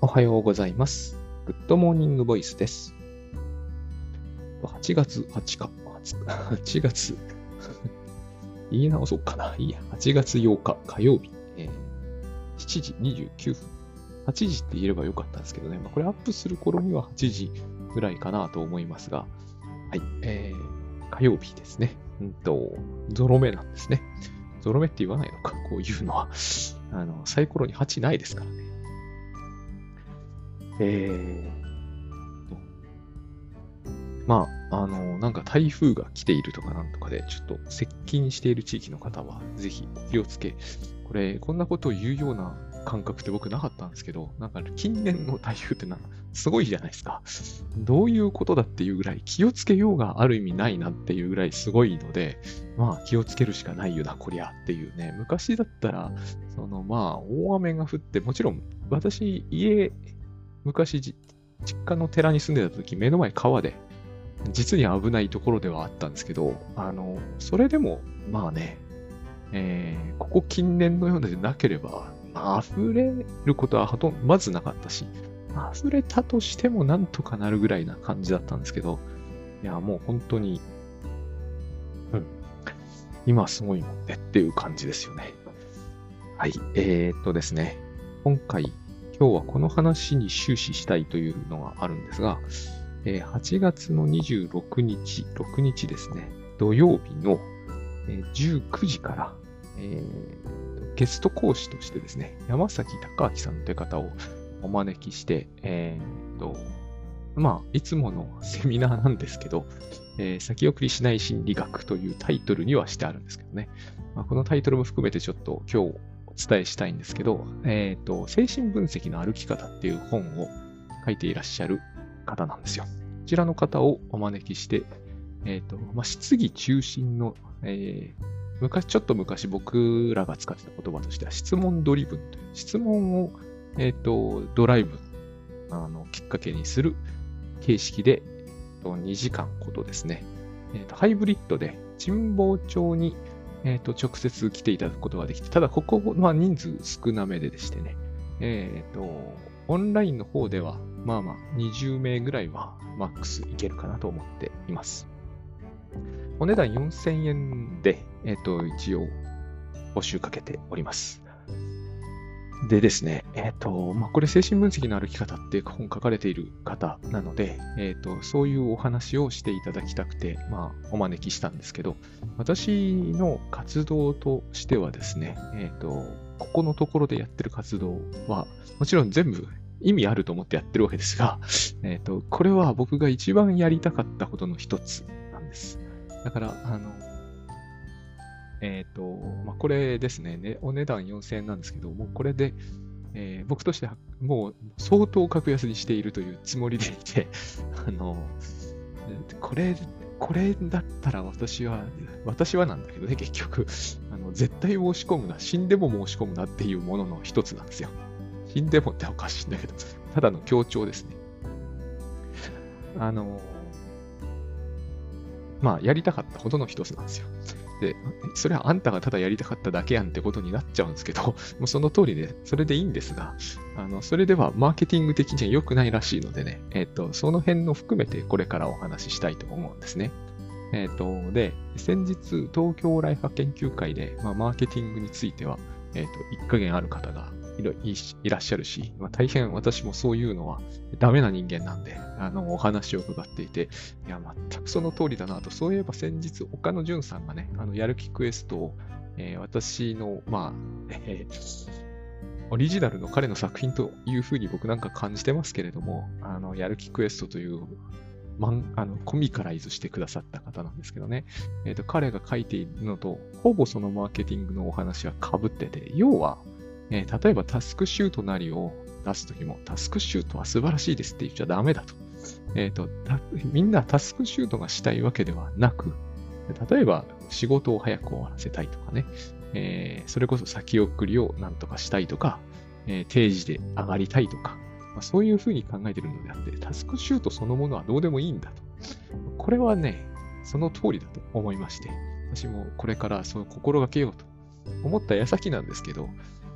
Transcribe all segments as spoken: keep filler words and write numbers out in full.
おはようございます。グッドモーニングボイスです。はちがつはちか、はちがつ、言い直そうかな。いいや、はちがつようか火曜日、えー、しちじにじゅうきゅうふん。はちじって言えればよかったんですけどね。まあ、これアップする頃にははちじぐらいかなと思いますが、はい、えー、火曜日ですね。うんと、ゾロ目なんですね。ゾロ目って言わないのか、こういうのは。あの、サイコロにはちないですからね。えー、まあ、あの、なんか台風が来ているとかなんとかで、ちょっと接近している地域の方は、ぜひお気をつけ。これ、こんなことを言うような感覚って僕なかったんですけど、なんか近年の台風ってなんかすごいじゃないですか。どういうことだっていうぐらい、気をつけようがある意味ないなっていうぐらいすごいので、まあ気をつけるしかないよな、こりゃっていうね。昔だったら、そのまあ大雨が降って、もちろん私、家、昔じ実家の寺に住んでた時、目の前川で、実に危ないところではあったんですけど、あの、それでも、まあね、えーここ近年のようでなければ、まあ溢れることはほとんど、まずなかったし、溢れたとしてもなんとかなるぐらいな感じだったんですけど、いや、もう本当に、うん、今すごいもんねっていう感じですよね。はい、えーっとですね、今回、今日はこの話に終始したいというのがあるんですが、えーはちがつのにじゅうろくにち、ろくにちですね、土曜日のえーじゅうくじから、えーゲスト講師としてですね、山崎隆明さんという方をお招きして、えーと、まあ、いつものセミナーなんですけど、えー先送りしない心理学というタイトルにはしてあるんですけどね。まあ、このタイトルも含めてちょっと今日お伝えしたいんですけど、えーと、精神分析の歩き方っていう本を書いていらっしゃる方なんですよ。こちらの方をお招きして、えっと、まあ、質疑中心の、えー昔、ちょっと昔僕らが使ってた言葉としては質問ドリブンという質問を、えっと、ドライブ、あの、きっかけにする形式で、えっとにじかんほどですね、えっと、ハイブリッドで神保町に、えっと、直接来ていただくことができて、ただここは人数少なめででしてね、えっと、オンラインの方では、まあまあにじゅうめいぐらいはマックスいけるかなと思っています。お値段よんせんえんで、えっと、一応募集かけております。でですね、えっと、まあ、これ精神分析の歩き方っていう本書かれている方なので、えっと、そういうお話をしていただきたくて、まあ、お招きしたんですけど、私の活動としてはですね、えっと、ここのところでやってる活動は、もちろん全部意味あると思ってやってるわけですが、えっと、これは僕が一番やりたかったことの一つなんです。だから、あの、えっと、まあ、これですね、ね、お値段よんせんえんなんですけど、もうこれで、えー僕としてはもう相当格安にしているというつもりでいて、あの、これ、これだったら私は、私はなんだけどね、結局、あの、絶対申し込むな、死んでも申し込むなっていうものの一つなんですよ。死んでもっておかしいんだけど、ただの強調ですね。あの、まあ、やりたかったほどの一つなんですよ。で、それはあんたがただやりたかっただけやんってことになっちゃうんですけど、もうその通りで、それでいいんですが、あの、それではマーケティング的には良くないらしいのでね、えっと、その辺の含めてこれからお話ししたいと思うんですね。えっと、で、先日、東京ライフ研究会で、まあ、マーケティングについては、えっと、一加減ある方がいろいいらっしゃるし、まあ、大変私もそういうのはダメな人間なんで、あの、お話を伺っていて、いや、全くその通りだなと。そういえば先日、岡野淳さんがね、あの、やる気クエストを、えー私の、まあ、えーオリジナルの彼の作品というふうに僕なんか感じてますけれども、あの、やる気クエストという、マンあのコミカライズしてくださった方なんですけどね。えっと、彼が書いているのと、ほぼそのマーケティングのお話は被ってて、要は、えー例えばタスクシュートなりを出すときも、タスクシュートは素晴らしいですって言っちゃダメだと。えっと、たみんなタスクシュートがしたいわけではなく、例えば仕事を早く終わらせたいとかね、えーそれこそ先送りをなんとかしたいとか、えー定時で上がりたいとか、まあ、そういうふうに考えているのであって、タスクシュートそのものはどうでもいいんだと。これはね、その通りだと思いまして、私もこれからそう心がけようと思った矢先なんですけど、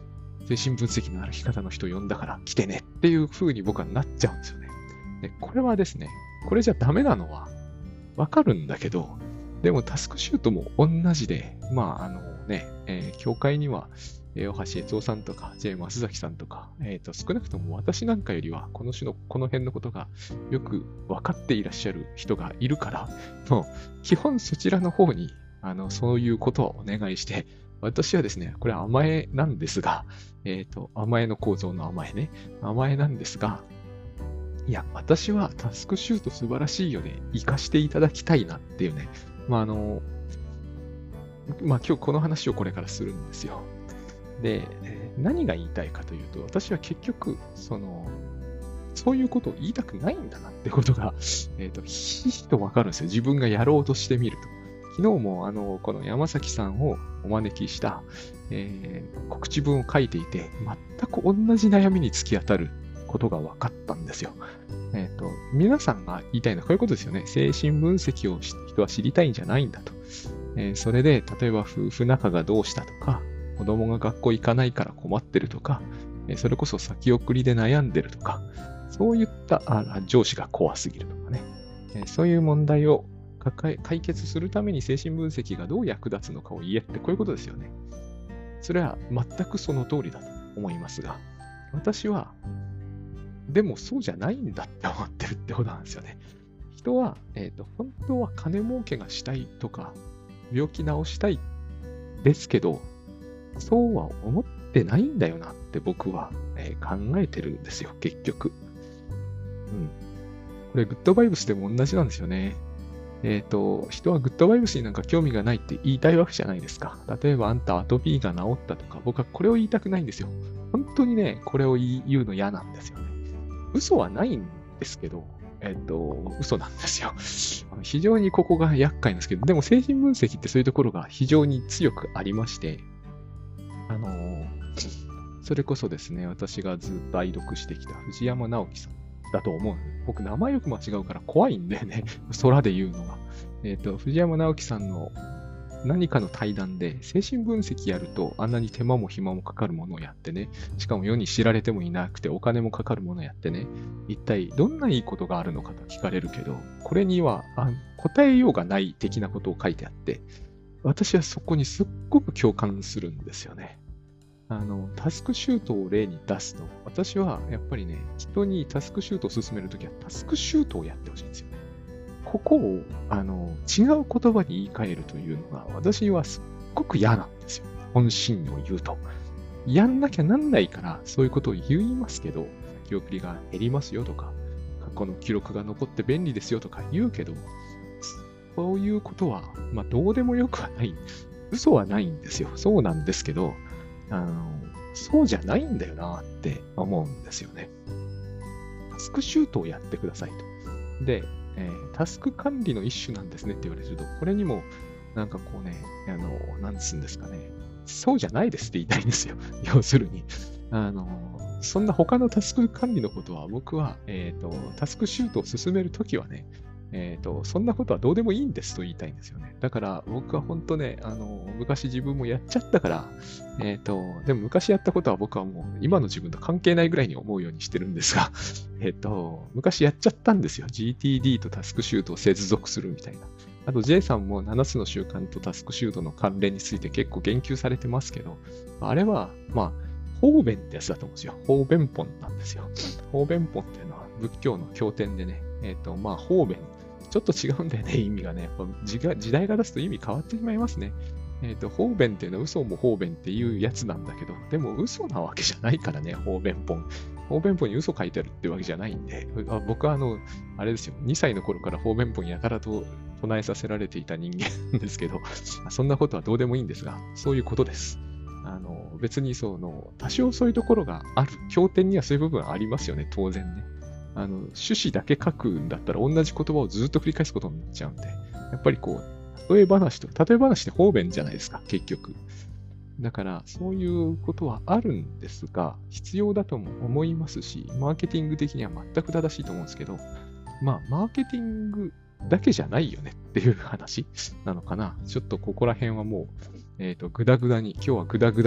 精神分析の歩き方の人呼んだから来てねっていう風に僕はなっちゃうんですよね。で、これはですね、これじゃダメなのはわかるんだけど、でもタスクシュートも同じで、まああのね、えー、教会には、大橋悦夫さんとか、J. 増崎さんとか、えっと、少なくとも私なんかよりは、この種の、この辺のことがよく分かっていらっしゃる人がいるから、もう、基本そちらの方に、あの、そういうことをお願いして、私はですね、これ甘えなんですが、えっと、甘えの構造の甘えね、甘えなんですが、いや、私はタスクシュート素晴らしいよね、活かしていただきたいなっていうね、まあ、あの、まあ、今日この話をこれからするんですよ。で、何が言いたいかというと、私は結局、その、そういうことを言いたくないんだなってことが、えっと、ひしひしとわかるんですよ。自分がやろうとしてみると。昨日も、あの、この山崎さんをお招きした、えー、告知文を書いていて、全く同じ悩みに突き当たることが分かったんですよ。えっと、皆さんが言いたいのはこういうことですよね。精神分析を人は知りたいんじゃないんだと。えー、それで、例えば夫婦仲がどうしたとか、子供が学校行かないから困ってるとか、それこそ先送りで悩んでるとか、そういったあ上司が怖すぎるとかね、そういう問題を抱え解決するために精神分析がどう役立つのかを言えってこういうことですよね。それは全くその通りだと思いますが、私は、でもそうじゃないんだって思ってるってことなんですよね。人は、えーと、本当は金儲けがしたいとか、病気治したいですけど、そうは思ってないんだよなって僕は、えー、考えてるんですよ、結局。うん。これ、グッドバイブスでも同じなんですよね。えっと、人はグッドバイブスになんか興味がないって言いたいわけじゃないですか。例えば、あんたアトピーが治ったとか、僕はこれを言いたくないんですよ。本当にね、これを言うの嫌なんですよね。嘘はないんですけど、えっと、嘘なんですよ。非常にここが厄介なんですけど、でも精神分析ってそういうところが非常に強くありまして、あのー、それこそですね、私がずっと愛読してきた藤山直樹さんだと思う。僕、名前よく間違うから怖いんだよね。空で言うのが。えっと、藤山直樹さんの何かの対談で、精神分析やるとあんなに手間も暇もかかるものをやってね、しかも世に知られてもいなくてお金もかかるものをやってね、一体どんないいことがあるのかと聞かれるけど、これにはあ答えようがない的なことを書いてあって、私はそこにすっごく共感するんですよね。あの、タスクシュートを例に出すと、私はやっぱりね、人にタスクシュートを進めるときはタスクシュートをやってほしいんですよ。ここを、あの、違う言葉に言い換えるというのが、私はすっごく嫌なんですよ。本心を言うと。やんなきゃなんないから、そういうことを言いますけど、先送りが減りますよとか、過去の記録が残って便利ですよとか言うけど、そういうことは、まあ、どうでもよくはない。嘘はないんですよ。そうなんですけど、あの、そうじゃないんだよなって思うんですよね。タスクシュートをやってくださいと。で、えー、タスク管理の一種なんですねって言われると、これにも、なんかこうね、あの、なんつうんですかね、そうじゃないですって言いたいんですよ。要するに。あの、そんな他のタスク管理のことは僕は、えっと、タスクシュートを進めるときはね、えっと、そんなことはどうでもいいんですと言いたいんですよね。だから僕は本当ね、あの、昔自分もやっちゃったから、えっと、でも昔やったことは僕はもう今の自分と関係ないぐらいに思うようにしてるんですが、えっと、昔やっちゃったんですよ。ジーティーディー とタスクシュートを接続するみたいな。あと J さんもななつの習慣とタスクシュートの関連について結構言及されてますけど、あれは、まあ、方便ってやつだと思うんですよ。方便本なんですよ。方便本っていうのは仏教の経典でね、えっと、まあ、方便。ちょっと違うんだよね、意味がね。やっぱ時が時代が出すと意味変わってしまいますね。えっと、方便っていうのは嘘も方便っていうやつなんだけど、でも嘘なわけじゃないからね、方便本。方便本に嘘書いてあるってわけじゃないんで、あ僕はあの、あれですよ、にさいの頃から方便本やたらと唱えさせられていた人間ですけど、そんなことはどうでもいいんですが、そういうことです。あの別にその、多少そういうところがある、経典にはそういう部分ありますよね、当然ね。あの趣旨だけ書くんだったら同じ言葉をずっと繰り返すことになっちゃうんで、やっぱりこう、例え話と、例え話って方便じゃないですか、結局。だから、そういうことはあるんですが、必要だとも思いますし、マーケティング的には全く正しいと思うんですけど、まあ、マーケティングだけじゃないよねっていう話なのかな。ちょっとここら辺はもう、えっと、ぐだぐだに、今日はぐだぐだ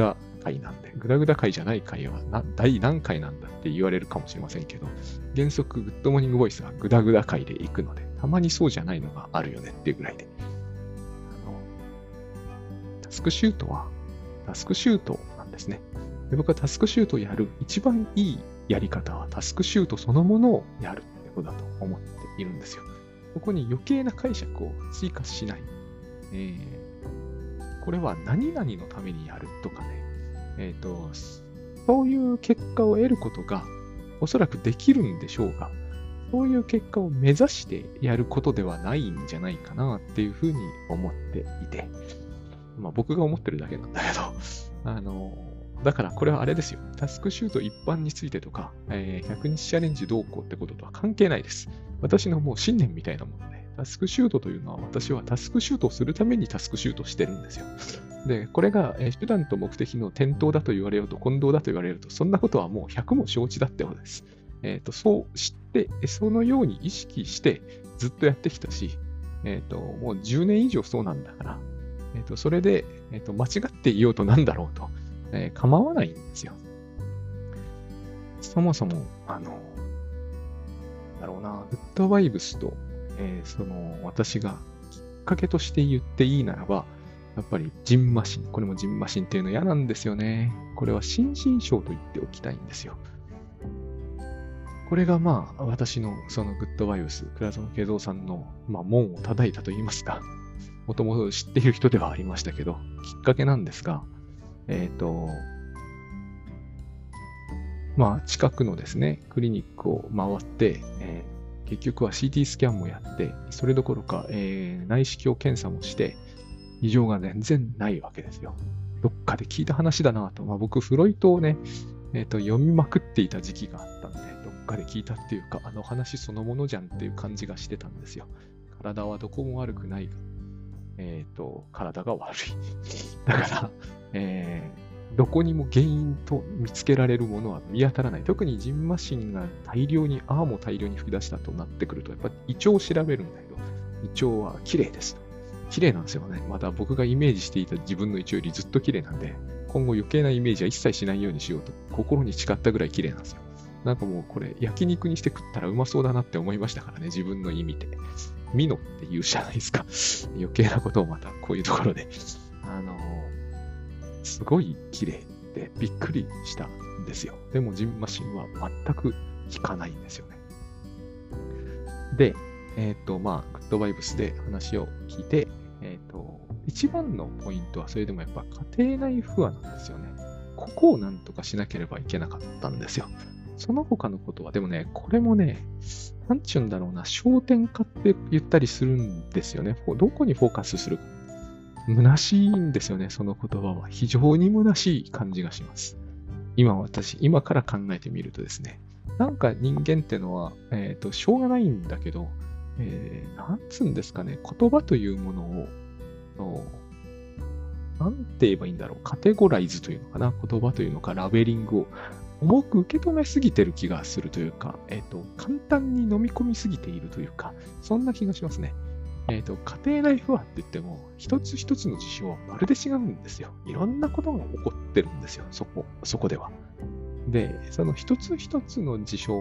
回なんで、グダグダ回じゃない回はな第何回なんだって言われるかもしれませんけど、原則グッドモーニングボイスはグダグダ回で行くので、たまにそうじゃないのがあるよねっていうぐらいで。あの、タスクシュートは、タスクシュートなんですね。で僕はタスクシュートをやる一番いいやり方はタスクシュートそのものをやるってことだと思っているんですよ。ここに余計な解釈を追加しない。えー、これは何々のためにやるとかね、えっと、そういう結果を得ることがおそらくできるんでしょうが、そういう結果を目指してやることではないんじゃないかなっていうふうに思っていて、まあ僕が思ってるだけなんだけど、あの、だからこれはあれですよ。タスクシュート一般についてとか、えー、ひゃくにちチャレンジどうこうってこととは関係ないです。私のもう信念みたいなもので、タスクシュートというのは私はタスクシュートをするためにタスクシュートしてるんですよ。で、これが手段と目的の転倒だと言われようと混同だと言われると、そんなことはもうひゃくも承知だってことです。えっと、そう知って、そのように意識してずっとやってきたし、えっと、もうじゅうねん以上そうなんだから、えっと、それで、えっと、間違っていようとなんだろうと。えー、構わないんですよ。そもそも、あの、だろうな、グッドバイブスと、えー、その、私がきっかけとして言っていいならば、やっぱりジンマシン、これもジンマシンっていうの嫌なんですよね。これは心身症と言っておきたいんですよ。これがまあ、私のそのグッドバイブス、倉園慶三さんの、まあ、門を叩いたと言いますか、もともと知っている人ではありましたけど、きっかけなんですが、えっと、まあ、近くのですね、クリニックを回って、えー、結局は シーティー スキャンもやって、それどころか、えー、内視鏡検査もして、異常が全然ないわけですよ。どっかで聞いた話だなと。まあ、僕、フロイトをね、えっと、読みまくっていた時期があったんで、どっかで聞いたっていうか、あの話そのものじゃんっていう感じがしてたんですよ。体はどこも悪くないが、えっと、体が悪い。だから、えー、どこにも原因と見つけられるものは見当たらない。特にジンマシンが大量に、ああも大量に吹き出したとなってくると、やっぱり胃腸を調べるんだけど、胃腸は綺麗ですと。綺麗なんですよね。また僕がイメージしていた自分の胃腸よりずっと綺麗なんで、今後余計なイメージは一切しないようにしようと、心に誓ったぐらい綺麗なんですよ。なんかもうこれ、焼肉にして食ったらうまそうだなって思いましたからね、自分の胃見て。ミノって言うじゃないですか。余計なことをまたこういうところで。あのー、すごい綺麗でびっくりしたんですよ。でもジンマシンは全く効かないんですよね。で、えっと、まあ、グッドバイブスで話を聞いて、えっと、一番のポイントはそれでもやっぱ家庭内不和なんですよね。ここをなんとかしなければいけなかったんですよ。その他のことは、でもね、これもね、なんちゅうんだろうな、焦点化って言ったりするんですよね。どこにフォーカスするか。虚しいんですよね、その言葉は。非常に虚しい感じがします。今私、今から考えてみるとですね、なんか人間ってのは、えっと、しょうがないんだけど、えー、なんつうんですかね、言葉というものを、なんて言えばいいんだろう、カテゴライズというのかな、言葉というのか、ラベリングを重く受け止めすぎてる気がするというか、えっと、簡単に飲み込みすぎているというか、そんな気がしますね。えっと、家庭内不和って言っても、一つ一つの事象はまるで違うんですよ。いろんなことが起こってるんですよ、そこ、そこでは。で、その一つ一つの事象、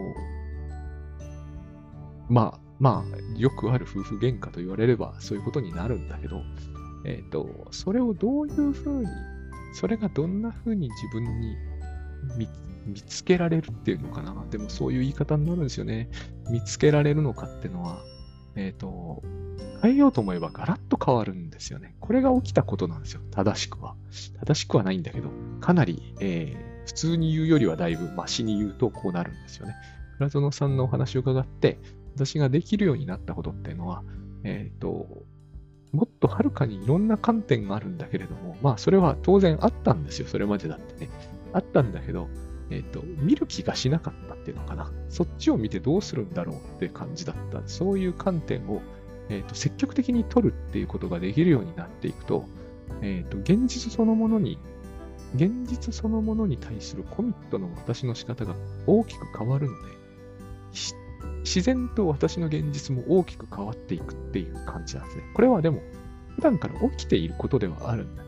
まあ、まあ、よくある夫婦喧嘩と言われればそういうことになるんだけど、えっと、それをどういうふうに、それがどんなふうに自分に見、見つけられるっていうのかな。でもそういう言い方になるんですよね。見つけられるのかっていうのは、えっと、変えようと思えばガラッと変わるんですよね。これが起きたことなんですよ。正しくは。正しくはないんだけど、かなり、えー、普通に言うよりはだいぶマシに言うとこうなるんですよね。倉園さんのお話を伺って、私ができるようになったことっていうのは、えっと、もっとはるかにいろんな観点があるんだけれども、まあそれは当然あったんですよ。それまでだってね。あったんだけど、えっと、見る気がしなかったっていうのかな。そっちを見てどうするんだろうって感じだった。そういう観点を、えっと、積極的に取るっていうことができるようになっていくと、えっと、現実そのものに、現実そのものに対するコミットの私の仕方が大きく変わるので、自然と私の現実も大きく変わっていくっていう感じなんですね。これはでも、普段から起きていることではあるんだけど、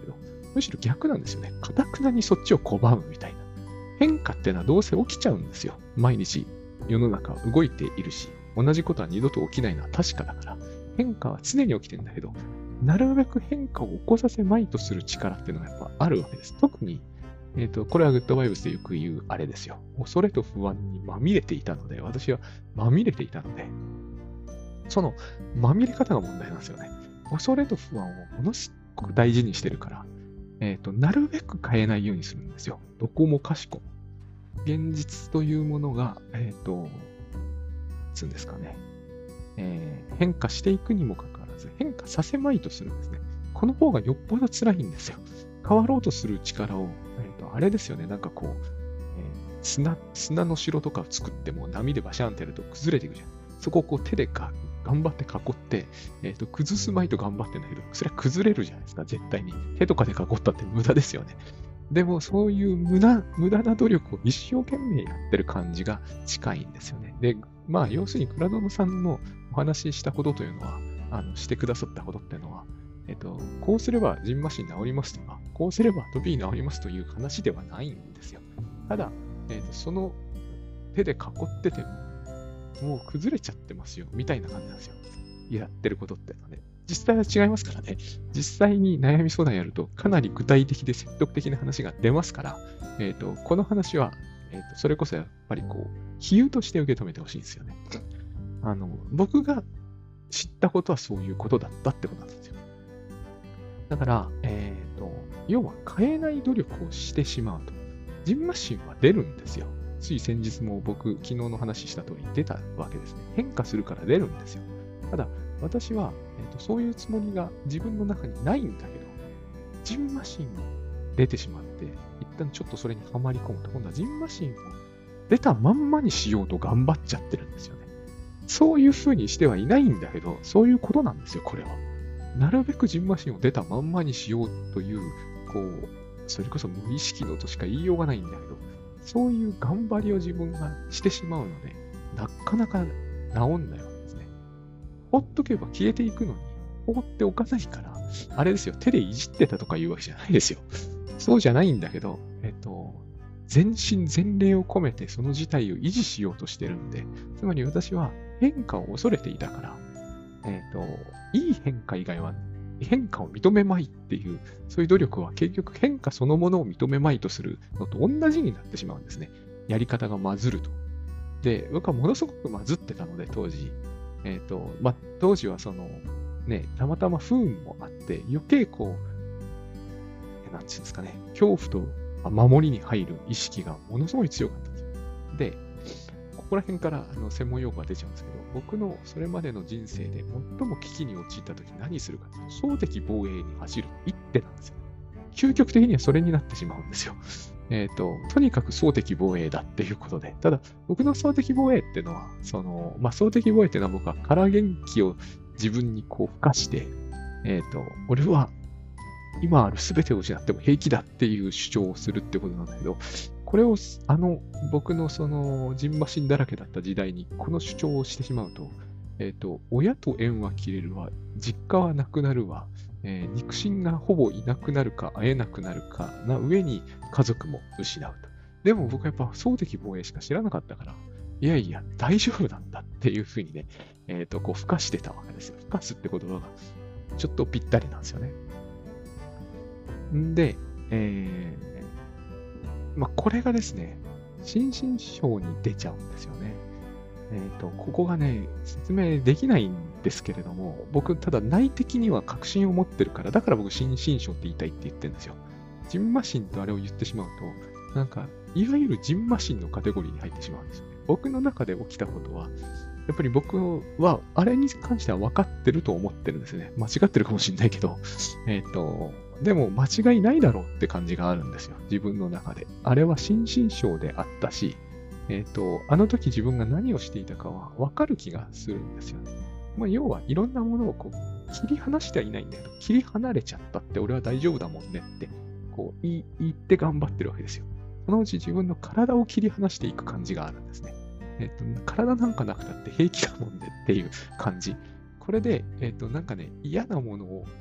むしろ逆なんですよね。かたくなにそっちを拒むみたいな。変化ってのはどうせ起きちゃうんですよ。毎日世の中は動いているし、同じことは二度と起きないのは確かだから、変化は常に起きてるんだけど、なるべく変化を起こさせまいとする力っていうのがやっぱあるわけです。特に、えっと、これはグッドバイブスでよく言うあれですよ。恐れと不安にまみれていたので、私はまみれていたので、そのまみれ方が問題なんですよね。恐れと不安をものすごく大事にしてるから、えっと、なるべく変えないようにするんですよ。どこもかしこも。現実というものが、えっと、つうんですかね、えー、変化していくにもかかわらず、変化させまいとするんですね。この方がよっぽど辛いんですよ。変わろうとする力を、えーと、あれですよね、なんかこう、えー、砂、砂の城とかを作っても波でバシャンってやると崩れていくじゃん。そこをこう手でか頑張って囲って、えーと、崩すまいと頑張ってんだけど、それは崩れるじゃないですか、絶対に。手とかで囲ったって無駄ですよね。でもそういう無駄、無駄な努力を一生懸命やってる感じが近いんですよね。で、まあ要するに倉園さんのお話ししたことというのは、あのしてくださったことっていうのは、えっと、こうすればジンマシン治りますとか、こうすればアトピー治りますという話ではないんですよ。ただ、えっと、その手で囲ってても、もう崩れちゃってますよ、みたいな感じなんですよ。やってることってのはね。実際は違いますからね。実際に悩み相談やると、かなり具体的で説得的な話が出ますから、えっと、この話は、えっと、それこそやっぱりこう、比喩として受け止めてほしいんですよね。あの、僕が知ったことはそういうことだったってことなんですよ。だから、えっと、要は変えない努力をしてしまうと、ジンマシンは出るんですよ。つい先日も僕、昨日の話した通り出たわけですね。変化するから出るんですよ。ただ、私は、えーと、そういうつもりが自分の中にないんだけど、ジンマシンが出てしまって、一旦ちょっとそれにはまり込むと、今度はジンマシンを出たまんまにしようと頑張っちゃってるんですよね。そういう風にしてはいないんだけど、そういうことなんですよ、これは。なるべくジンマシンを出たまんまにしようという、こう、それこそ無意識のとしか言いようがないんだけど、そういう頑張りを自分がしてしまうので、なかなか治んないわけですね。放っとけば消えていくのに、放っておかないから、あれですよ、手でいじってたとかいうわけじゃないですよ。そうじゃないんだけど、えっと、全身全霊を込めてその事態を維持しようとしてるんで、つまり私は変化を恐れていたから、えっと、いい変化以外は変化を認めまいっていう、そういう努力は結局変化そのものを認めまいとするのと同じになってしまうんですね。やり方がまずると。で、僕はものすごくまずってたので、当時。えっと、まあ、当時はその、ね、たまたま不運もあって、余計こう、なんていうんですかね、恐怖と守りに入る意識がものすごい強かったんですよ。で、ここら辺からあの専門用語が出ちゃうんですけど、僕のそれまでの人生で最も危機に陥った時何するかというと、総敵防衛に走る一手なんですよ。究極的にはそれになってしまうんですよ。えっと、とにかく総敵防衛だっていうことで。ただ、僕の総敵防衛っていうのは、その、まあ、総敵防衛っていうのは僕は空元気を自分にこう付加して、えっと、俺は今ある全てを失っても平気だっていう主張をするってことなんだけど、これを、あの、僕のその、ジンマシンだらけだった時代に、この主張をしてしまうと、えっと、親と縁は切れるわ、実家はなくなるわ、えー、肉親がほぼいなくなるか会えなくなるかな上に家族も失うと。でも僕はやっぱ総敵防衛しか知らなかったから、いやいや、大丈夫なんだっていうふうにね、えっと、こう、付加してたわけですよ。付加すって言葉がちょっとぴったりなんですよね。んで、えー、まあ、これがですね、心身症に出ちゃうんですよね。えっと、ここがね、説明できないんですけれども、僕、ただ内的には確信を持ってるから、だから僕、心身症って言いたいって言ってるんですよ。ジンマシンとあれを言ってしまうと、なんか、いわゆるジンマシンのカテゴリーに入ってしまうんですよね。僕の中で起きたことは、やっぱり僕は、あれに関しては分かってると思ってるんですよね。間違ってるかもしれないけど、えっと、でも間違いないだろうって感じがあるんですよ。自分の中で。あれは心身症であったし、えっと、あの時自分が何をしていたかは分かる気がするんですよね。まあ、要はいろんなものをこう切り離してはいないんだけど、切り離れちゃったって俺は大丈夫だもんねって、こう言言って頑張ってるわけですよ。そのうち自分の体を切り離していく感じがあるんですね。えっと、体なんかなくたって平気だもんねっていう感じ。これで、えっと、なんかね、嫌なものを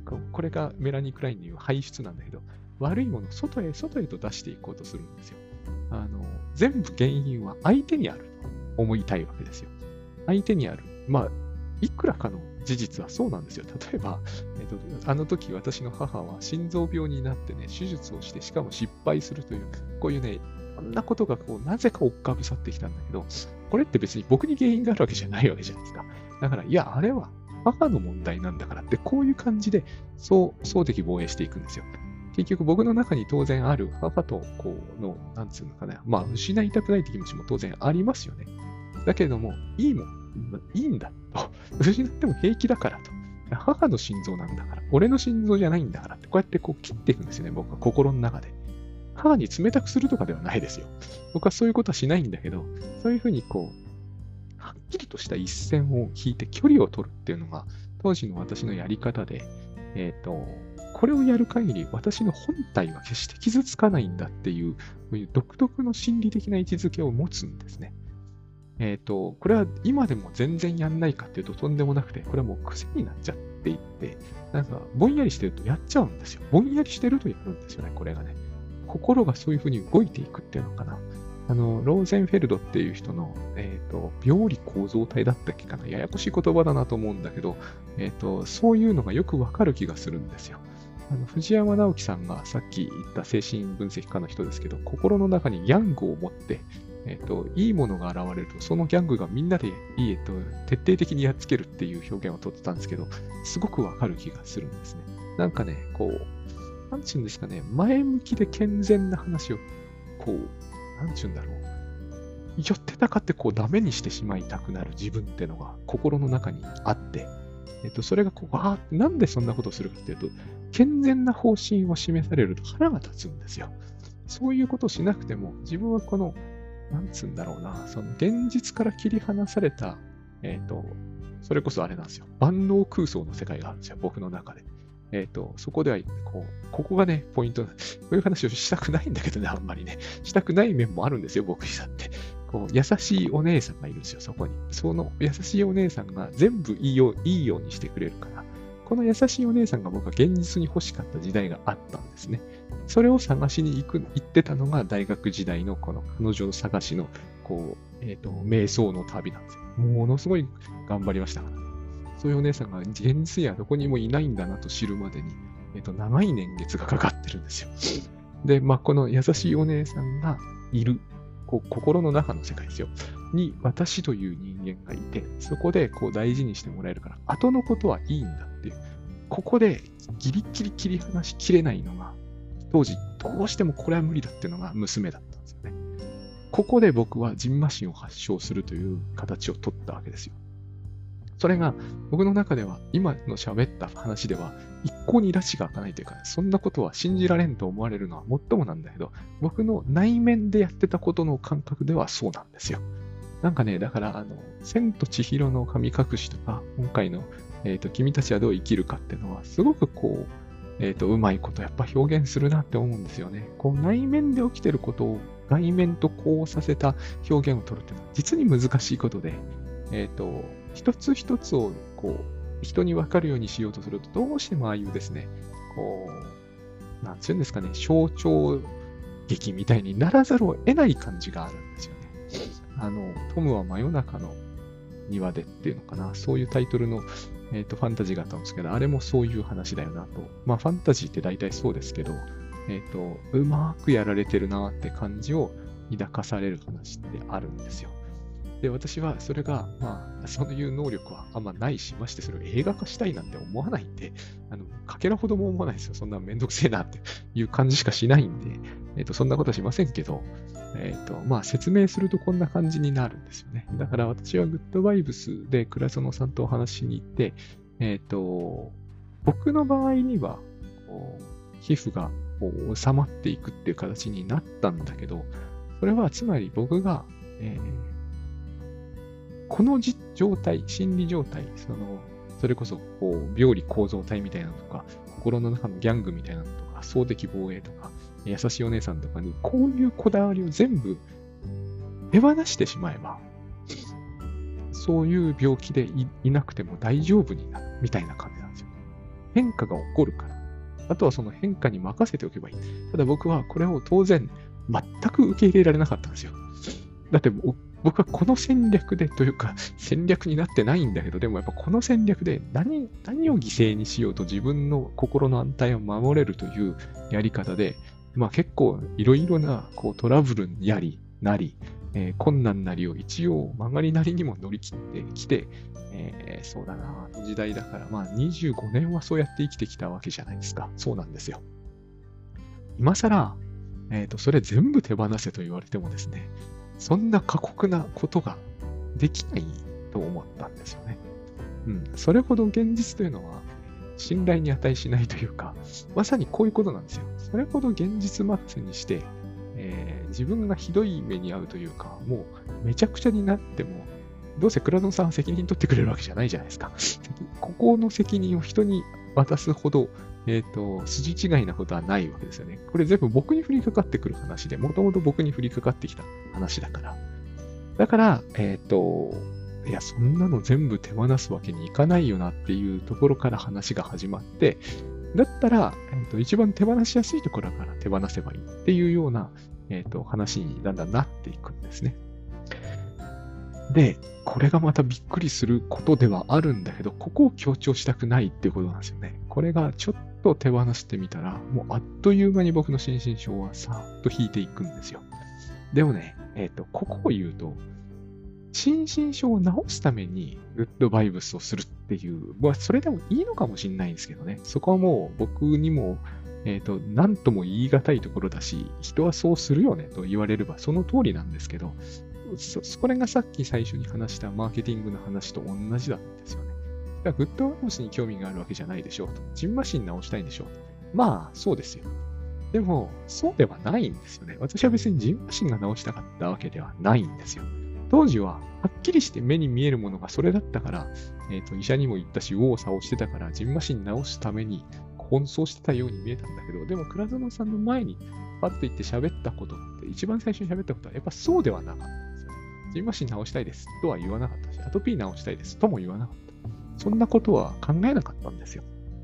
ここれがメラニー・クラインに言う排出なんだけど、悪いものを外へ外へと出していこうとするんですよ。あの、全部原因は相手にあると思いたいわけですよ。相手にある。まあ、いくらかの事実はそうなんですよ。例えば、えっと、あの時私の母は心臓病になってね、手術をして、しかも失敗するという、こういうね、こんなことがこう、なぜか追っかぶさってきたんだけど、これって別に僕に原因があるわけじゃないわけじゃないですか。だから、いや、あれは母の問題なんだからって、こういう感じで、そう、そう的防衛していくんですよ。結局僕の中に当然ある母とこうの、なんつうのかな、まあ失いたくないって気持ちも当然ありますよね。だけれども、いいもん、いいんだと。失っても平気だからと。母の心臓なんだから、俺の心臓じゃないんだからって、こうやってこう切っていくんですよね、僕は心の中で。母に冷たくするとかではないですよ。僕はそういうことはしないんだけど、そういうふうにこう、はっきりとした一線を引いて距離を取るっていうのが、当時の私のやり方で、えっと、これをやる限り私の本体は決して傷つかないんだっていう、こういう独特の心理的な位置づけを持つんですね。えっと、これは今でも全然やんないかっていうととんでもなくて、これはもう癖になっちゃっていって、なんかぼんやりしてるとやっちゃうんですよ。ぼんやりしてるとやるんですよね、これがね。心がそういうふうに動いていくっていうのかな。あの、ローゼンフェルドっていう人の、えっと、病理構造体だったっけかな。ややこしい言葉だなと思うんだけど、えっと、そういうのがよくわかる気がするんですよ。あの藤山直樹さんがさっき言った精神分析家の人ですけど、心の中にギャングを持って、えっと、いいものが現れると、そのギャングがみんなで、えっと、徹底的にやっつけるっていう表現をとってたんですけど、すごくわかる気がするんですね。なんかね、こう、なんちゅうんですかね、前向きで健全な話を、こう、なんちゅうんだろう。寄ってたかってこうダメにしてしまいたくなる自分っていうのが心の中にあって、えっと、それがこう、ああ、なんでそんなことをするかっていうと、健全な方針を示されると腹が立つんですよ。そういうことをしなくても、自分はこの、なんつうんだろうな、その現実から切り離された、えっと、それこそあれなんですよ。万能空想の世界があるんですよ、僕の中で。えっと、そこでは、こう、ここがね、ポイント。こういう話をしたくないんだけどね、あんまりね。したくない面もあるんですよ、僕にだって。こう、優しいお姉さんがいるんですよ、そこに。その優しいお姉さんが全部いいよ、いいようにしてくれるから。この優しいお姉さんが僕は現実に欲しかった時代があったんですね。それを探しに行く、行ってたのが大学時代のこの彼女探しの、こう、えっと、瞑想の旅なんですよ。ものすごい頑張りましたから。そういうお姉さんが現実にはどこにもいないんだなと知るまでに、えっと、長い年月がかかってるんですよ。で、まあ、この優しいお姉さんがいる、こう心の中の世界ですよ。に私という人間がいて、そこでこう大事にしてもらえるから、後のことはいいんだっていう。ここでギリギリ切り離しきれないのが、当時どうしてもこれは無理だっていうのが娘だったんですよね。ここで僕はジンマシンを発症するという形を取ったわけですよ。それが僕の中では今の喋った話では一向に拉致が開かないというか、そんなことは信じられんと思われるのはもっともなんだけど、僕の内面でやってたことの感覚ではそうなんですよ。なんかね、だからあの、千と千尋の神隠しとか、今回の、えっと、君たちはどう生きるかっていうのは、すごくこう、えっと、うまいことやっぱ表現するなって思うんですよね。こう内面で起きてることを外面とこうさせた表現を取るっていうのは実に難しいことで、えっと、一つ一つをこう人に分かるようにしようとすると、どうしてもああいうですね、こう、なんていうんですかね、象徴劇みたいにならざるを得ない感じがあるんですよね。あの、トムは真夜中の庭でっていうのかな、そういうタイトルの、えーと、ファンタジーがあったんですけど、あれもそういう話だよなと。まあ、ファンタジーって大体そうですけど、えっと、うまくやられてるなって感じを抱かされる話ってあるんですよ。で、私はそれが、まあ、そういう能力はあんまないし、ましてそれを映画化したいなんて思わないんで、あの、かけらほども思わないですよ。そんなめんどくせえなっていう感じしかしないんで、えっと、そんなことはしませんけど、えっと、まあ、説明するとこんな感じになるんですよね。だから私はグッドバイブスで倉園さんとお話しに行って、えっと、僕の場合には、こう皮膚がこう収まっていくっていう形になったんだけど、それはつまり僕が、えーこの状態、心理状態、その、それこそ、こう、病理構造体みたいなのとか、心の中のギャングみたいなのとか、総的防衛とか、優しいお姉さんとかに、こういうこだわりを全部手放してしまえば、そういう病気で い, いなくても大丈夫になる、みたいな感じなんですよ。 変化が起こるから。あとはその変化に任せておけばいい。ただ僕はこれを当然全く受け入れられなかったんですよ。だって僕はこの戦略でというか戦略になってないんだけど、でもやっぱこの戦略で何、何を犠牲にしようと自分の心の安泰を守れるというやり方で、まあ結構いろいろなこうトラブルやりなり、えー、困難なりを一応曲がりなりにも乗り切ってきて、えー、そうだな、あの時代だから、まあにじゅうごねんはそうやって生きてきたわけじゃないですか。そうなんですよ。今更、えっと、それ全部手放せと言われてもですね、そんな過酷なことができないと思ったんですよね。うん。それほど現実というのは信頼に値しないというか、まさにこういうことなんですよ。それほど現実任せにして、えー、自分がひどい目に遭うというか、もうめちゃくちゃになっても、どうせ倉園さんは責任取ってくれるわけじゃないじゃないですか。ここの責任を人に渡すほど、えっと、筋違いなことはないわけですよね。これ全部僕に降りかかってくる話で、もともと僕に降りかかってきた話だから。だから、えっと、いや、そんなの全部手放すわけにいかないよなっていうところから話が始まって、だったら、えっと、一番手放しやすいところから手放せばいいっていうような、えっと、話にだんだんなっていくんですね。で、これがまたびっくりすることではあるんだけど、ここを強調したくないっていうことなんですよね。これがちょっと手放してみたら、もうあっという間に僕の心身症はさーっと引いていくんですよ。でもね、えっと、ここを言うと、心身症を治すためにグッドバイブスをするっていう、まあ、それでもいいのかもしれないんですけどね。そこはもう僕にも、えっと、何とも言い難いところだし、人はそうするよねと言われればその通りなんですけど、そ、それがさっき最初に話したマーケティングの話と同じなんですよね。だからグッドバイブスに興味があるわけじゃないでしょうと。ジンマシン直したいんでしょう。まあ、そうですよ。でも、そうではないんですよね。私は別にジンマシンが直したかったわけではないんですよ。当時は、はっきりして目に見えるものがそれだったから、えっと、医者にも言ったし、右往左往してたから、ジンマシン直すために奔走してたように見えたんだけど、でも、倉園さんの前にパッと言って喋ったことって、一番最初に喋ったことは、やっぱそうではなかったんですよね。ジンマシン直したいですとは言わなかったし、アトピー直したいですとも言わなかった。そんなことは考えなかったんですよ。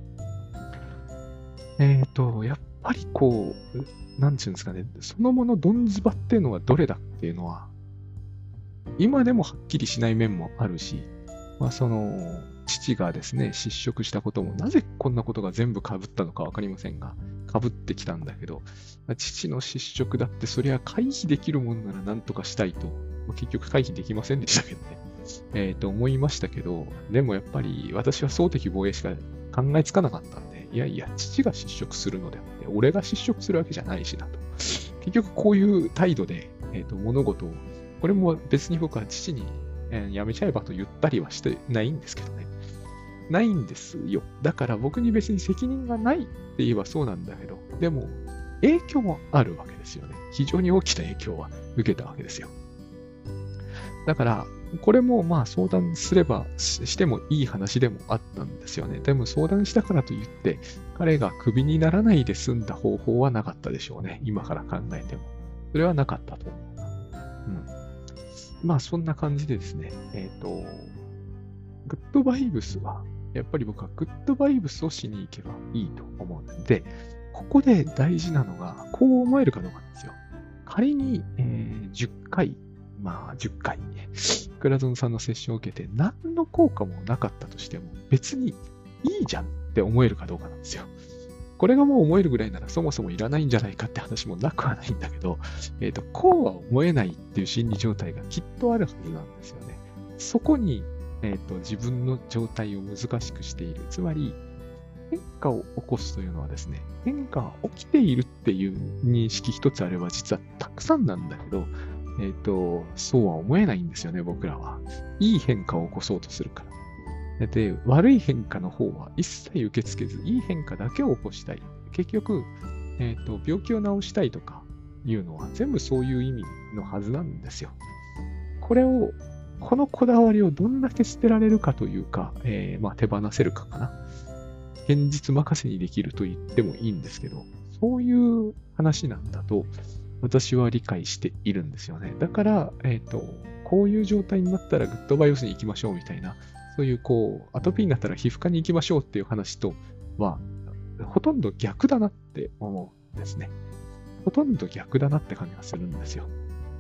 えっと、やっぱりこう、なんていうんですかね、そのものドンズバっていうのはどれだっていうのは、今でもはっきりしない面もあるし、まあ、その、父がですね、失職したことも、なぜこんなことが全部被ったのかわかりませんが、被ってきたんだけど、父の失職だってそりゃ回避できるもんなら何とかしたいと、結局回避できませんでしたけどね、えー、と思いましたけど、でもやっぱり私は総的防衛しか考えつかなかったんで、いやいや、父が失職するのであって、俺が失職するわけじゃないしなと。結局こういう態度で、えー、と物事を、これも別に僕は父に、えー、やめちゃえばと言ったりはしてないんですけどね。ないんですよ。だから僕に別に責任がないって言えばそうなんだけど、でも影響もあるわけですよね。非常に大きな影響は受けたわけですよ。だから、これもまあ相談すればしてもいい話でもあったんですよね。でも相談したからといって、彼がクビにならないで済んだ方法はなかったでしょうね。今から考えても。それはなかったと思う。うん。まあそんな感じでですね。えっと、グッドバイブスは、やっぱり僕はグッドバイブスをしに行けばいいと思うので、ここで大事なのが、こう思えるかどうかなんですよ。仮に、えー、じゅっかい、まあじゅっかい、倉園さんのセッションを受けて何の効果もなかったとしても別にいいじゃんって思えるかどうかなんですよ。これがもう思えるぐらいならそもそもいらないんじゃないかって話もなくはないんだけど、えっと、こうは思えないっていう心理状態がきっとあるはずなんですよね。そこに、えっと、自分の状態を難しくしている。つまり、変化を起こすというのはですね、変化が起きているっていう認識一つあれば実はたくさんなんだけど、えっと、そうは思えないんですよね、僕らは。いい変化を起こそうとするから。で、悪い変化の方は一切受け付けず、いい変化だけを起こしたい。結局、えっと、病気を治したいとかいうのは全部そういう意味のはずなんですよ。これを、このこだわりをどんだけ捨てられるかというか、えー、まあ手放せるかかな。現実任せにできると言ってもいいんですけど、そういう話なんだと私は理解しているんですよね。だから、えっと、こういう状態になったらグッドバイオスに行きましょうみたいな、そういうこう、アトピーになったら皮膚科に行きましょうっていう話とは、ほとんど逆だなって思うんですね。ほとんど逆だなって感じがするんですよ。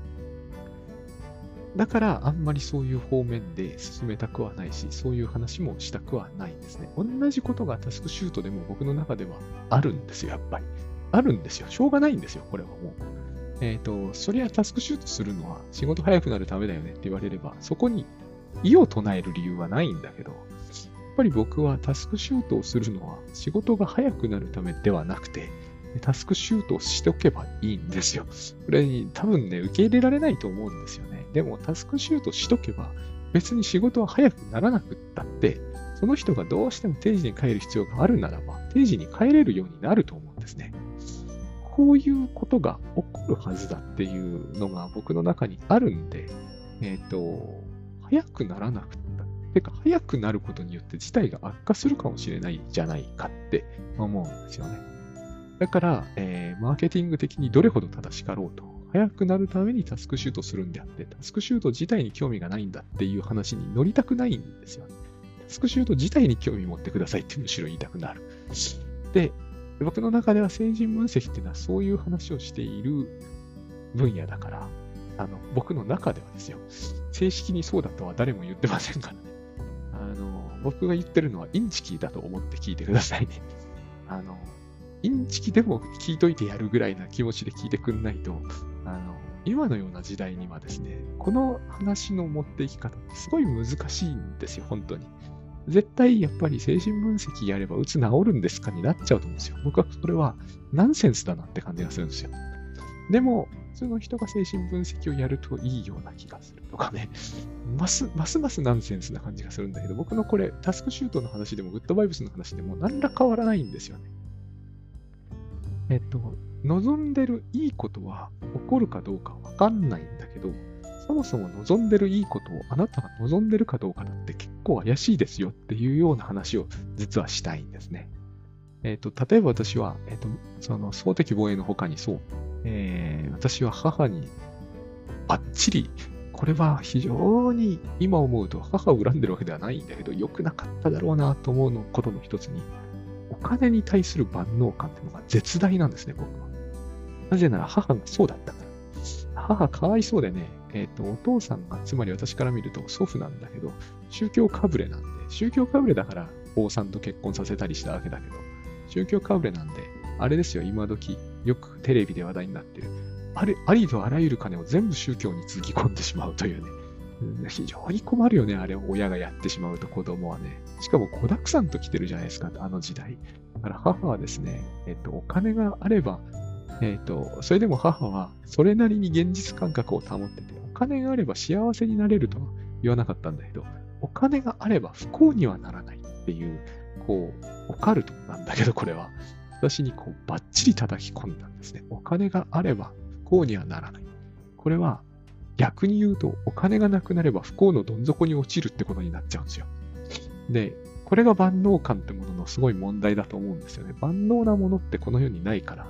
だから、あんまりそういう方面で進めたくはないし、そういう話もしたくはないんですね。同じことがタスクシュートでも僕の中ではあるんですよ、やっぱり。あるんですよ。しょうがないんですよ、これはもう。えっと、そりゃタスクシュートするのは仕事早くなるためだよねって言われれば、そこに異を唱える理由はないんだけど、やっぱり僕はタスクシュートをするのは仕事が早くなるためではなくて、タスクシュートをしておけばいいんですよ。これに多分ね、受け入れられないと思うんですよね。でもタスクシュートしとけば、別に仕事は早くならなくったって、その人がどうしても定時に帰る必要があるならば、定時に帰れるようになると思うんですね。こういうことが起こるはずだっていうのが僕の中にあるんで、えっと、早くならなくった。てか、早くなることによって事態が悪化するかもしれないじゃないかって思うんですよね。だから、えーマーケティング的にどれほど正しかろうと、早くなるためにタスクシュートするんであって、タスクシュート自体に興味がないんだっていう話に乗りたくないんですよね。タスクシュート自体に興味持ってくださいってむしろ言いたくなる。で、僕の中では精神分析っていうのはそういう話をしている分野だから、あの、僕の中ではですよ、正式にそうだとは誰も言ってませんからね。あの、僕が言ってるのはインチキだと思って聞いてくださいね。あの、インチキでも聞いといてやるぐらいな気持ちで聞いてくんないと、あの、今のような時代にはですね、この話の持っていき方ってすごい難しいんですよ、本当に。絶対やっぱり精神分析やればうつ治るんですかになっちゃうと思うんですよ。僕はそれはナンセンスだなって感じがするんですよ。でも、普通の人が精神分析をやるといいような気がするとかね、ますますますナンセンスな感じがするんだけど、僕のこれ、タスクシュートの話でもグッドバイブスの話でも何ら変わらないんですよね。えっと、望んでるいいことは起こるかどうかわかんないんだけど、そもそも望んでるいいことをあなたが望んでるかどうかだって結構怪しいですよっていうような話を実はしたいんですね。えっと、例えば私は、えっと、その、総的防衛の他にそう、えー私は母にバッチリ、これは非常に今思うと母を恨んでるわけではないんだけど、良くなかっただろうなと思うのことの一つに、お金に対する万能感っていうのが絶大なんですね、僕は。なぜなら母がそうだったから。母かわいそうでね、えっと、お父さんが、つまり私から見ると祖父なんだけど、宗教かぶれなんで、宗教かぶれだから王さんと結婚させたりしたわけだけど、宗教かぶれなんで、あれですよ、今時、よくテレビで話題になってる。あれ、ありとあらゆる金を全部宗教につぎ込んでしまうというね。うん非常に困るよね、あれを親がやってしまうと子供はね。しかも子沢山と来てるじゃないですか、あの時代。だから母はですね、えっと、お金があれば、えっと、それでも母はそれなりに現実感覚を保ってて、お金があれば幸せになれるとは言わなかったんだけど、お金があれば不幸にはならないっていう、こう、オカルトなんだけど、これは。私にこう、バッチリ叩き込んだんですね。お金があれば不幸にはならない。これは、逆に言うと、お金がなくなれば不幸のどん底に落ちるってことになっちゃうんですよ。で、これが万能感ってもののすごい問題だと思うんですよね。万能なものってこの世にないから、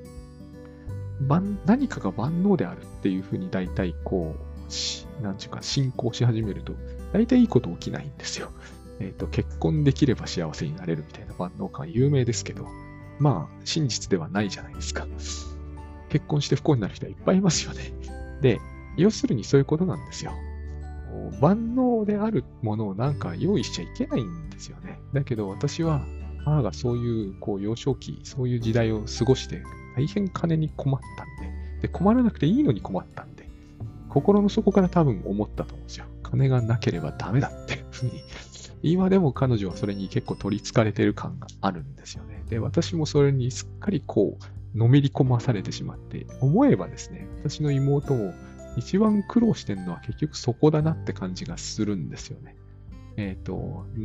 万何かが万能であるっていうふうに大体こう、しなんちゅうか信仰し始めると、大体いいこと起きないんですよ。えっと、結婚できれば幸せになれるみたいな万能感有名ですけど、まあ、真実ではないじゃないですか。結婚して不幸になる人はいっぱいいますよね。で、要するにそういうことなんですよ。万能であるものをなんか用意しちゃいけないんですよね。だけど私は母がそういうこう幼少期、そういう時代を過ごして大変金に困ったんで、で困らなくていいのに困ったんで、心の底から多分思ったと思うんですよ。金がなければダメだっていうふうに。今でも彼女はそれに結構取り憑かれてる感があるんですよね。で、私もそれにすっかりこう、のめり込まされてしまって、思えばですね、私の妹も一番苦労してるのは結局そこだなって感じがするんですよね。えっ、と、うん、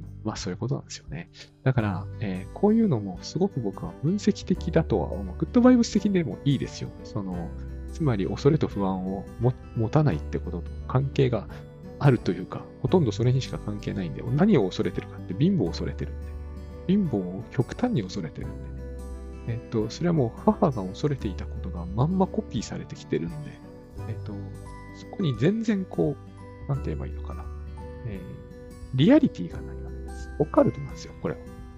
まあそういうことなんですよね。だから、えーこういうのもすごく僕は分析的だとは思う。グッドバイブス的でもいいですよ。その、つまり恐れと不安をも持たないってことと関係があるというか、ほとんどそれにしか関係ないんで、何を恐れてるかって貧乏を恐れてるんで、貧乏を極端に恐れてるんでね。えっと、それはもう母が恐れていたことがまんまコピーされてきてるんで、えっと、そこに全然こう、なんて言えばいいのかな。えーリアリティがないわけです。オカルトなんですよ、これは。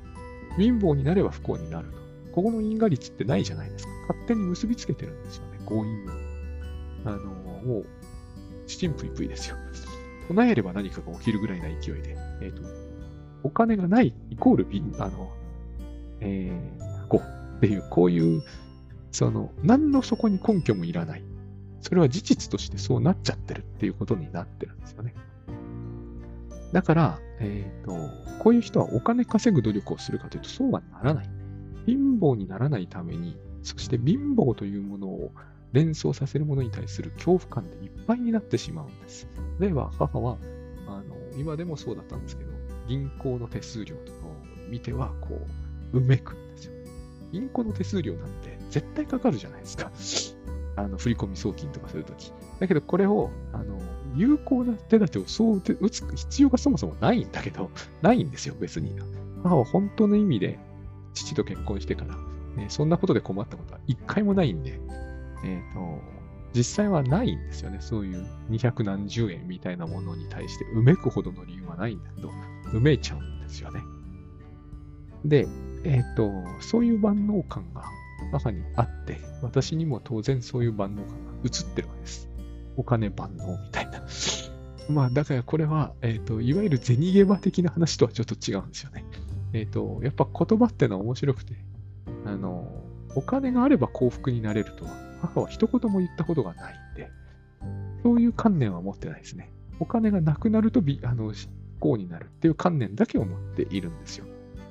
貧乏になれば不幸になると。ここの因果率ってないじゃないですか。勝手に結びつけてるんですよね、強引に。あの、もう、ちちんぷいぷいですよ。唱えれば何かが起きるぐらいな勢いで。えっと、お金がないイコール貧、あの、えー、不幸っていう、こういう、その、何のそこに根拠もいらない。それは事実としてそうなっちゃってるっていうことになってるんですよね。だから、えっと、こういう人はお金稼ぐ努力をするかというと、そうはならない。貧乏にならないために、そして貧乏というものを連想させるものに対する恐怖感でいっぱいになってしまうんです。例えば、母は、あの、今でもそうだったんですけど、銀行の手数料とかを見ては、こう、うめくんですよ。銀行の手数料なんて絶対かかるじゃないですか。あの、振込送金とかするとき。だけど、これを、あの、有効な手立てをそう打つ必要がそもそもないんだけど、ないんですよ、別に。母は本当の意味で、父と結婚してから、ね、そんなことで困ったことは一回もないんで、えっと、実際はないんですよね。そういう二百何十円みたいなものに対してうめくほどの理由はないんだけど、うめいちゃうんですよね。で、えっと、そういう万能感が母にあって、私にも当然そういう万能感が移ってるわけです。お金万能みたいな。まあ、だからこれは、えっと、いわゆる銭ゲバ的な話とはちょっと違うんですよね。えっと、やっぱ言葉ってのは面白くて、あの、お金があれば幸福になれるとは、母は一言も言ったことがないんで、そういう観念は持ってないですね。お金がなくなるとびあの不幸になるっていう観念だけを持っているんですよ。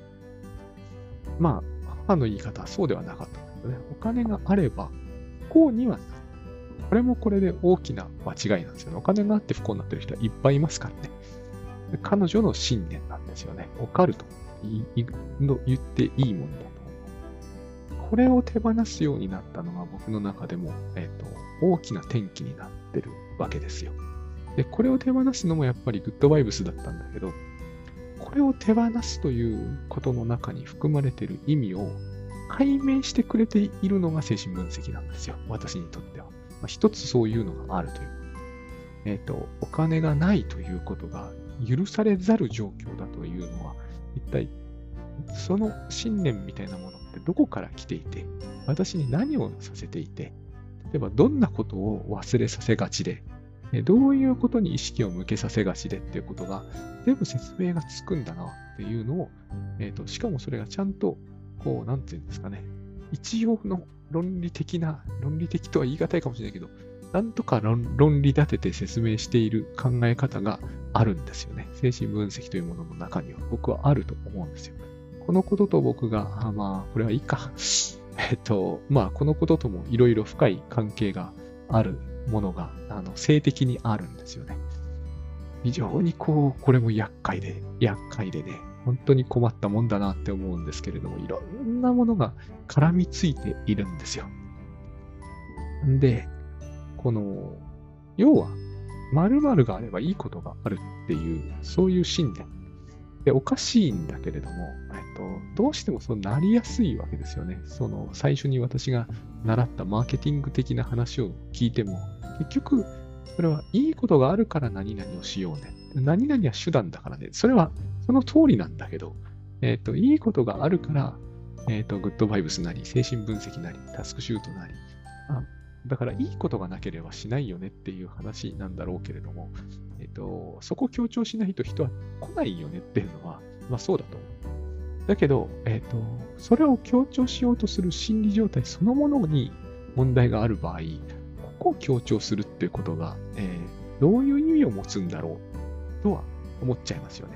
まあ、母の言い方はそうではなかったんだけどね。お金があれば不幸にはなる。これもこれで大きな間違いなんですよね。お金があって不幸になってる人はいっぱいいますからね。彼女の信念なんですよね。オカルトの言っていいものだと思う。これを手放すようになったのが僕の中でも、えっと、大きな転機になってるわけですよ。で、これを手放すのもやっぱりグッドバイブスだったんだけど、これを手放すということの中に含まれている意味を解明してくれているのが精神分析なんですよ。私にとっては。まあ、一つそういうのがあるという。えっと、お金がないということが許されざる状況だというのは、一体その信念みたいなものってどこから来ていて、私に何をさせていて、例えばどんなことを忘れさせがちで、どういうことに意識を向けさせがちでっていうことが全部説明がつくんだなっていうのを、えっと、しかもそれがちゃんと、こう、なんていうんですかね、一応の論理的な、論理的とは言い難いかもしれないけど、なんとか 論, 論理立てて説明している考え方があるんですよね。精神分析というものの中には僕はあると思うんですよ。このことと僕が、あまあ、これはいいか。えっと、まあ、このことともいろいろ深い関係があるものが、あの、性的にあるんですよね。非常にこう、これも厄介で、厄介でね、本当に困ったもんだなって思うんですけれども、いろんなものが絡みついているんですよ。んで、この、要は、〇〇があればいいことがあるっていう、そういう信念。で、おかしいんだけれども、えっと、どうしてもそうなりやすいわけですよね。その、最初に私が習ったマーケティング的な話を聞いても、結局、それはいいことがあるから何々をしようね。何々は手段だからね。それはその通りなんだけど、えっと、いいことがあるから、えっと、グッドバイブスなり、精神分析なり、タスクシュートなり、あだからいいことがなければしないよねっていう話なんだろうけれども、えっと、そこを強調しないと人は来ないよねっていうのは、まあそうだと思う。だけど、えっと、それを強調しようとする心理状態そのものに問題がある場合、ここを強調するっていうことが、えー、どういう意味を持つんだろうとは思っちゃいますよね。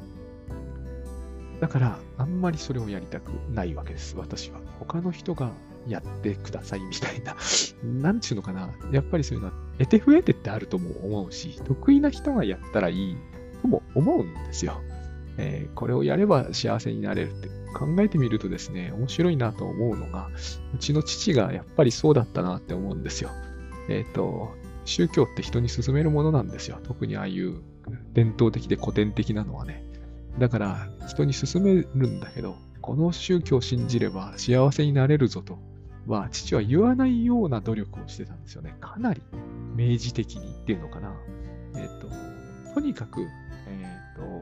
だから、あんまりそれをやりたくないわけです、私は。他の人がやってくださいみたいな。なんちゅうのかな。やっぱりそういうのは、得て増えてってあるとも思うし、得意な人がやったらいいとも思うんですよ。えー、これをやれば幸せになれるって考えてみるとですね、面白いなと思うのが、うちの父がやっぱりそうだったなって思うんですよ。えっと、宗教って人に勧めるものなんですよ。特にああいう伝統的で古典的なのはね。だから人に勧めるんだけど、この宗教を信じれば幸せになれるぞとは、父は言わないような努力をしてたんですよね。かなり明示的にっていうのかな。えっと、とにかく、えっと、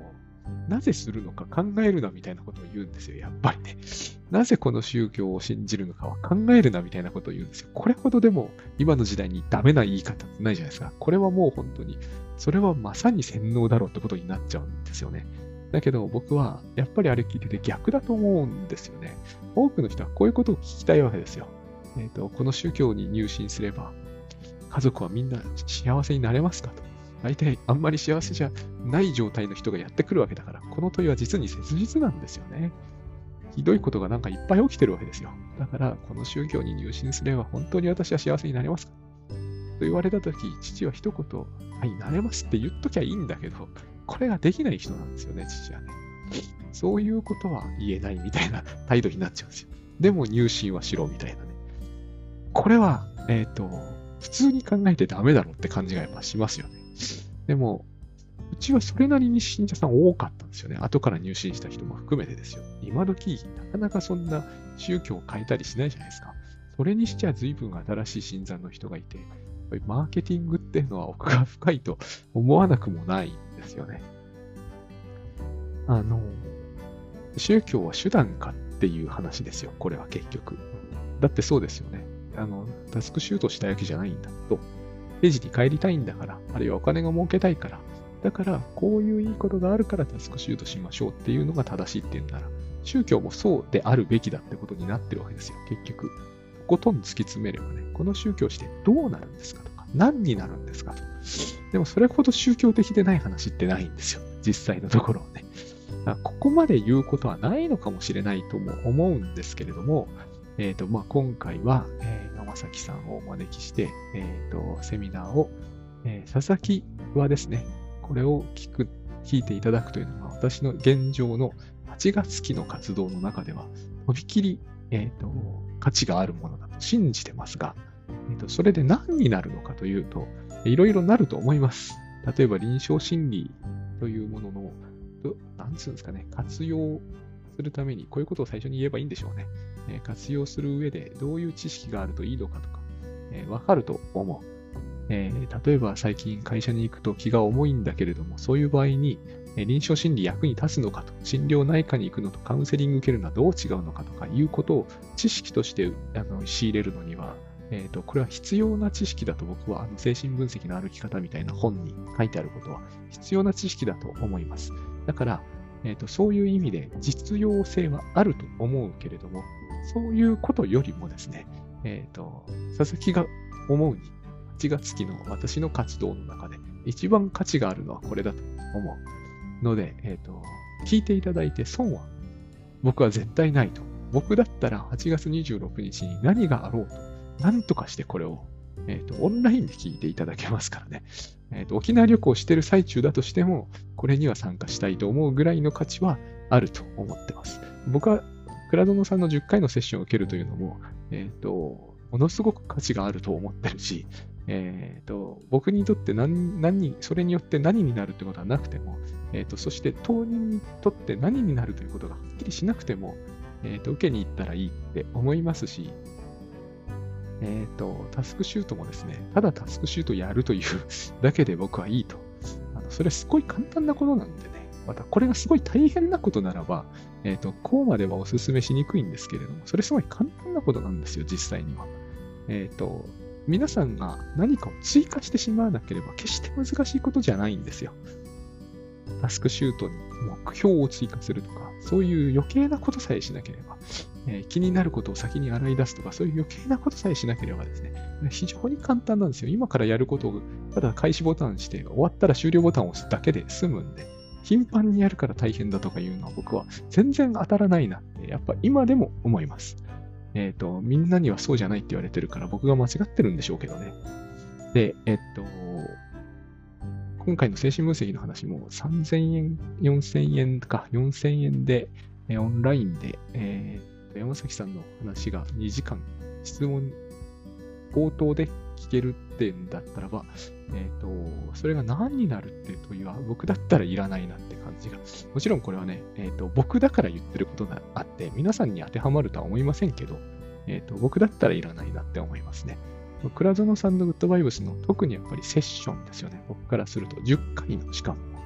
なぜするのか考えるなみたいなことを言うんですよ、やっぱりね。なぜこの宗教を信じるのかは考えるなみたいなことを言うんですよ。これほどでも今の時代にダメな言い方ってないじゃないですか。これはもう本当に、それはまさに洗脳だろうってことになっちゃうんですよね。だけど僕はやっぱりあれ聞いてて逆だと思うんですよね。多くの人はこういうことを聞きたいわけですよ。えっと、この宗教に入信すれば家族はみんな幸せになれますかと。大体あんまり幸せじゃない状態の人がやってくるわけだから、この問いは実に切実なんですよね。ひどいことがなんかいっぱい起きてるわけですよ。だから、この宗教に入信すれば本当に私は幸せになれますかと言われたとき、父は一言、はい、なれますって言っときゃいいんだけど、これができない人なんですよね、父はね。そういうことは言えないみたいな態度になっちゃうんですよ。でも入信はしろみたいなね。これは、えっと、普通に考えてダメだろうって感じがやっぱしますよね。でも、うちはそれなりに信者さん多かったんですよね。後から入信した人も含めてですよ。今時、なかなかそんな宗教を変えたりしないじゃないですか。それにしちゃ随分新しい信者の人がいて、やっぱりマーケティングっていうのは奥が深いと思わなくもないんですよね。あの、宗教は手段かっていう話ですよ。これは結局。だってそうですよね。あの、タスクシュートしたいわけじゃないんだと。レジに帰りたいんだから、あるいはお金が儲けたいから、だから、こういういいことがあるからタスクシュートしましょうっていうのが正しいっていうんなら、宗教もそうであるべきだってことになってるわけですよ、結局。とことん突き詰めればね、この宗教してどうなるんですかとか、何になるんですかと。でもそれほど宗教的でない話ってないんですよ、実際のところね。ここまで言うことはないのかもしれないとも思うんですけれども、えーとまあ、今回は、えー、山崎さんをお招きして、えーと、セミナーを、えー、佐々木はですね、これを聞く、聞いていただくというのが、私の現状のはちがつ期の活動の中では、とびきり、えーと、価値があるものだと信じてますが、えーと、それで何になるのかというと、いろいろなると思います。例えば、臨床心理というものの、なんつうんですかね、活用するために、こういうことを最初に言えばいいんでしょうね。えー、活用する上でどういう知識があるといいのかとか、えー、わかると思う。えー、例えば最近会社に行くと気が重いんだけれども、そういう場合に、えー、臨床心理役に立つのかと、診療内科に行くのとカウンセリング受けるのはどう違うのかとかいうことを知識としてあの仕入れるのには、えーと、これは必要な知識だと僕はあの精神分析の歩き方みたいな本に書いてあることは必要な知識だと思います。だから、えーと、そういう意味で実用性はあると思うけれども、そういうことよりもですね、えっと、佐々木が思うに、はちがつ期の私の活動の中で一番価値があるのはこれだと思うので、えっと、聞いていただいて損は僕は絶対ないと。僕だったらはちがつにじゅうろくにちに何があろうと、何とかしてこれを、えっと、オンラインで聞いていただけますからね。えっと、沖縄旅行してる最中だとしても、これには参加したいと思うぐらいの価値はあると思ってます。僕は倉園さんのじゅっかいのセッションを受けるというのも、えっと、ものすごく価値があると思ってるし、えっと、僕にとって何、何、それによって何になるってことはなくても、えっと、そして当人にとって何になるということがはっきりしなくても、えっと、受けに行ったらいいって思いますし、えっと、タスクシュートもですね、ただタスクシュートやるというだけで僕はいいと。あの、それはすごい簡単なことなんでね。また、これがすごい大変なことならば、えっと、こうまではお勧めしにくいんですけれども、それすごい簡単なことなんですよ、実際には。えっと、皆さんが何かを追加してしまわなければ、決して難しいことじゃないんですよ。タスクシュートに目標を追加するとか、そういう余計なことさえしなければ、えー、気になることを先に洗い出すとか、そういう余計なことさえしなければですね、非常に簡単なんですよ。今からやることを、ただ開始ボタンして、終わったら終了ボタンを押すだけで済むんで、頻繁にやるから大変だとかいうのは僕は全然当たらないなって、やっぱ今でも思います。えっと、みんなにはそうじゃないって言われてるから僕が間違ってるんでしょうけどね。で、えっと、今回の精神分析の話もさんぜんえん、よんせんえんか、よんせんえんで、えー、オンラインで、えー、山崎さんの話がにじかん、質問、口頭で聞けるってんだったらば、えっと、それが何になるっていう問いは僕だったらいらないなって感じが。もちろんこれはね、えっと、僕だから言ってることがあって、皆さんに当てはまるとは思いませんけど、えっと、僕だったらいらないなって思いますね。倉園さんのグッドバイブスの特にやっぱりセッションですよね。僕からするとじゅっかいのしかも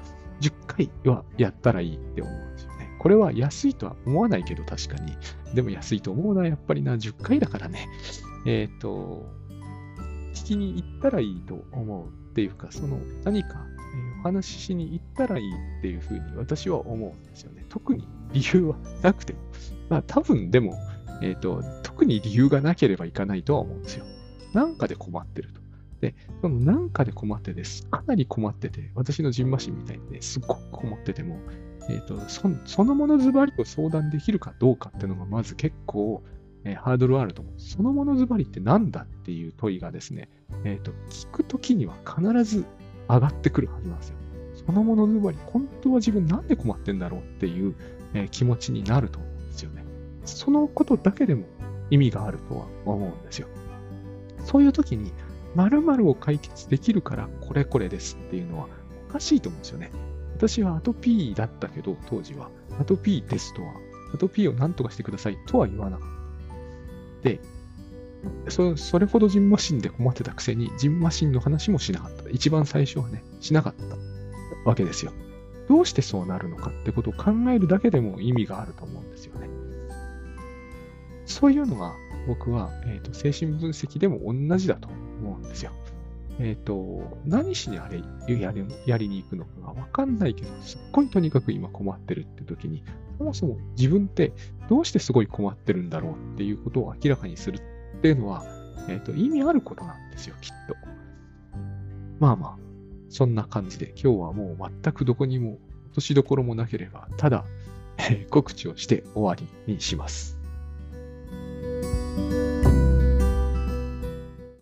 じゅっかいはやったらいいって思うんですよね。これは安いとは思わないけど確かに。でも安いと思うのはやっぱりな、じゅっかいだからね。えっと、聞きに行ったらいいと思うっていうか、その何か、えーお話ししに行ったらいいっていうふうに私は思うんですよね。特に理由はなくても。まあ多分でも、えっと、特に理由がなければいかないとは思うんですよ。なんかで困ってると。で、そのなんかで困ってです。かなり困ってて、私のジンマシンみたいにね、すっごく困ってても、えっと、そそのものズバリと相談できるかどうかっていうのがまず結構、えーハードルあると思う。そのものズバリってなんだっていう問いがですね、えっと、聞くときには必ず上がってくるはずなんですよ。そのものズバリ、本当は自分なんで困ってんだろうっていう、えー気持ちになると思うんですよね。そのことだけでも意味があるとは思うんですよ。そういう時に、〇〇を解決できるからこれこれですっていうのはおかしいと思うんですよね。私はアトピーだったけど、当時は。アトピーですとは、アトピーを何とかしてくださいとは言わなかった。で、そそれほどジンマシンで困ってたくせに、ジンマシンの話もしなかった。一番最初はね、しなかったわけですよ。どうしてそうなるのかってことを考えるだけでも意味があると思うんですよね。そういうのが僕は、えーと、精神分析でも同じだと思うんですよ。えっ、と、何しにあれやりやりに行くのかがわかんないけど、すっごいとにかく今困ってるって時に、そもそも自分ってどうしてすごい困ってるんだろうっていうことを明らかにするっていうのは、えっ、と、意味あることなんですよ、きっと。まあまあ、そんな感じで、今日はもう全くどこにも落としどころもなければ、ただ、えー告知をして終わりにします。